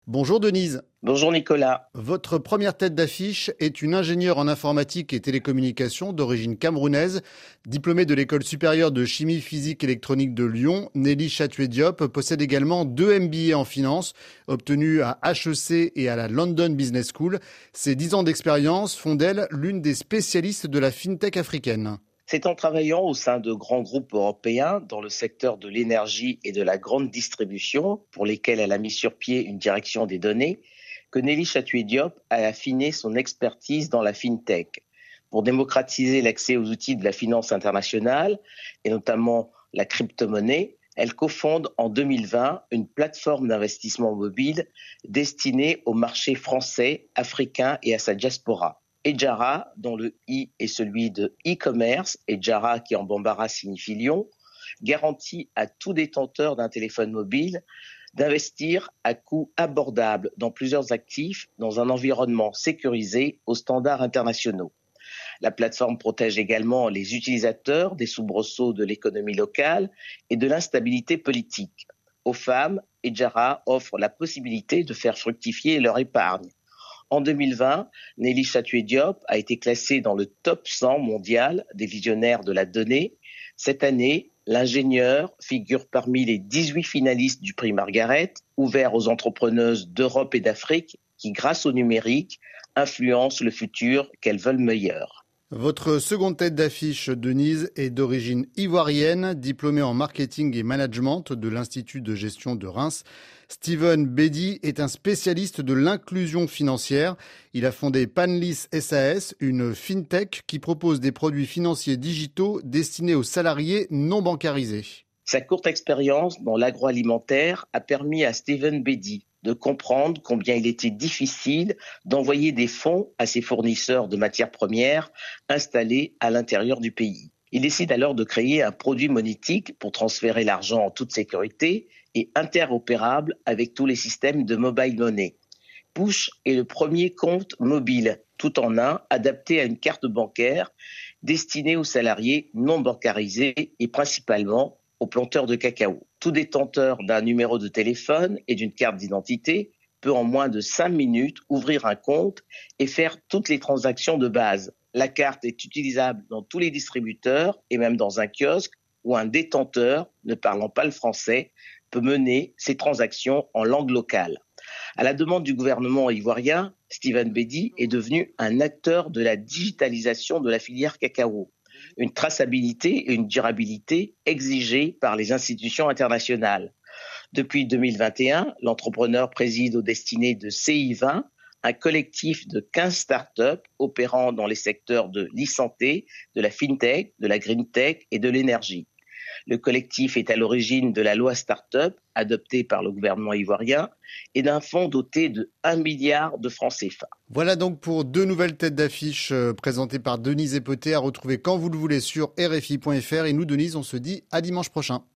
Bonjour Denise. Bonjour Nicolas. Votre première tête d'affiche est une ingénieure en informatique et télécommunications d'origine camerounaise. Diplômée de l'école supérieure de chimie physique électronique de Lyon, Nelly Chatué-Diop possède également 2 MBA en finance, obtenus à HEC et à la London Business School. Ses 10 ans d'expérience font d'elle l'une des spécialistes de la fintech africaine. C'est en travaillant au sein de grands groupes européens dans le secteur de l'énergie et de la grande distribution, pour lesquels elle a mis sur pied une direction des données, que Nelly Chatué-Diop a affiné son expertise dans la fintech. Pour démocratiser l'accès aux outils de la finance internationale, et notamment la crypto-monnaie, elle cofonde en 2020 une plateforme d'investissement mobile destinée au marché français, africain et à sa diaspora. Ejara, dont le I est celui de e-commerce, Ejara qui en bambara signifie lion, garantit à tout détenteur d'un téléphone mobile d'investir à coût abordable dans plusieurs actifs dans un environnement sécurisé aux standards internationaux. La plateforme protège également les utilisateurs des soubresauts de l'économie locale et de l'instabilité politique. Aux femmes, Ejara offre la possibilité de faire fructifier leur épargne. En 2020, Nelly Chatué-Diop a été classée dans le top 100 mondial des visionnaires de la donnée. Cette année, l'ingénieure figure parmi les 18 finalistes du prix Margaret, ouvert aux entrepreneuses d'Europe et d'Afrique qui, grâce au numérique, influencent le futur qu'elles veulent meilleur. Votre seconde tête d'affiche, Denise, est d'origine ivoirienne, diplômée en marketing et management de l'Institut de gestion de Reims. Steven Bedi est un spécialiste de l'inclusion financière. Il a fondé Panlis SAS, une fintech qui propose des produits financiers digitaux destinés aux salariés non bancarisés. Sa courte expérience dans l'agroalimentaire a permis à Steven Bedi de comprendre combien il était difficile d'envoyer des fonds à ses fournisseurs de matières premières installés à l'intérieur du pays. Il décide alors de créer un produit monétique pour transférer l'argent en toute sécurité et interopérable avec tous les systèmes de mobile money. Push est le premier compte mobile tout en un adapté à une carte bancaire destinée aux salariés non bancarisés et principalement aux planteurs de cacao. Tout détenteur d'un numéro de téléphone et d'une carte d'identité peut en moins de 5 minutes ouvrir un compte et faire toutes les transactions de base. La carte est utilisable dans tous les distributeurs et même dans un kiosque où un détenteur, ne parlant pas le français, peut mener ses transactions en langue locale. À la demande du gouvernement ivoirien, Steven Bedi est devenu un acteur de la digitalisation de la filière cacao. Une traçabilité et une durabilité exigées par les institutions internationales. Depuis 2021, l'entrepreneur préside aux destinées de CI20, un collectif de 15 startups opérant dans les secteurs de l'e-santé, de la fintech, de la green tech et de l'énergie. Le collectif est à l'origine de la loi Start-up adoptée par le gouvernement ivoirien et d'un fonds doté de 1 milliard de francs CFA. Voilà donc pour 2 nouvelles têtes d'affiche présentées par Denise Epoté à retrouver quand vous le voulez sur RFI.fr. Et nous, Denise, on se dit à dimanche prochain.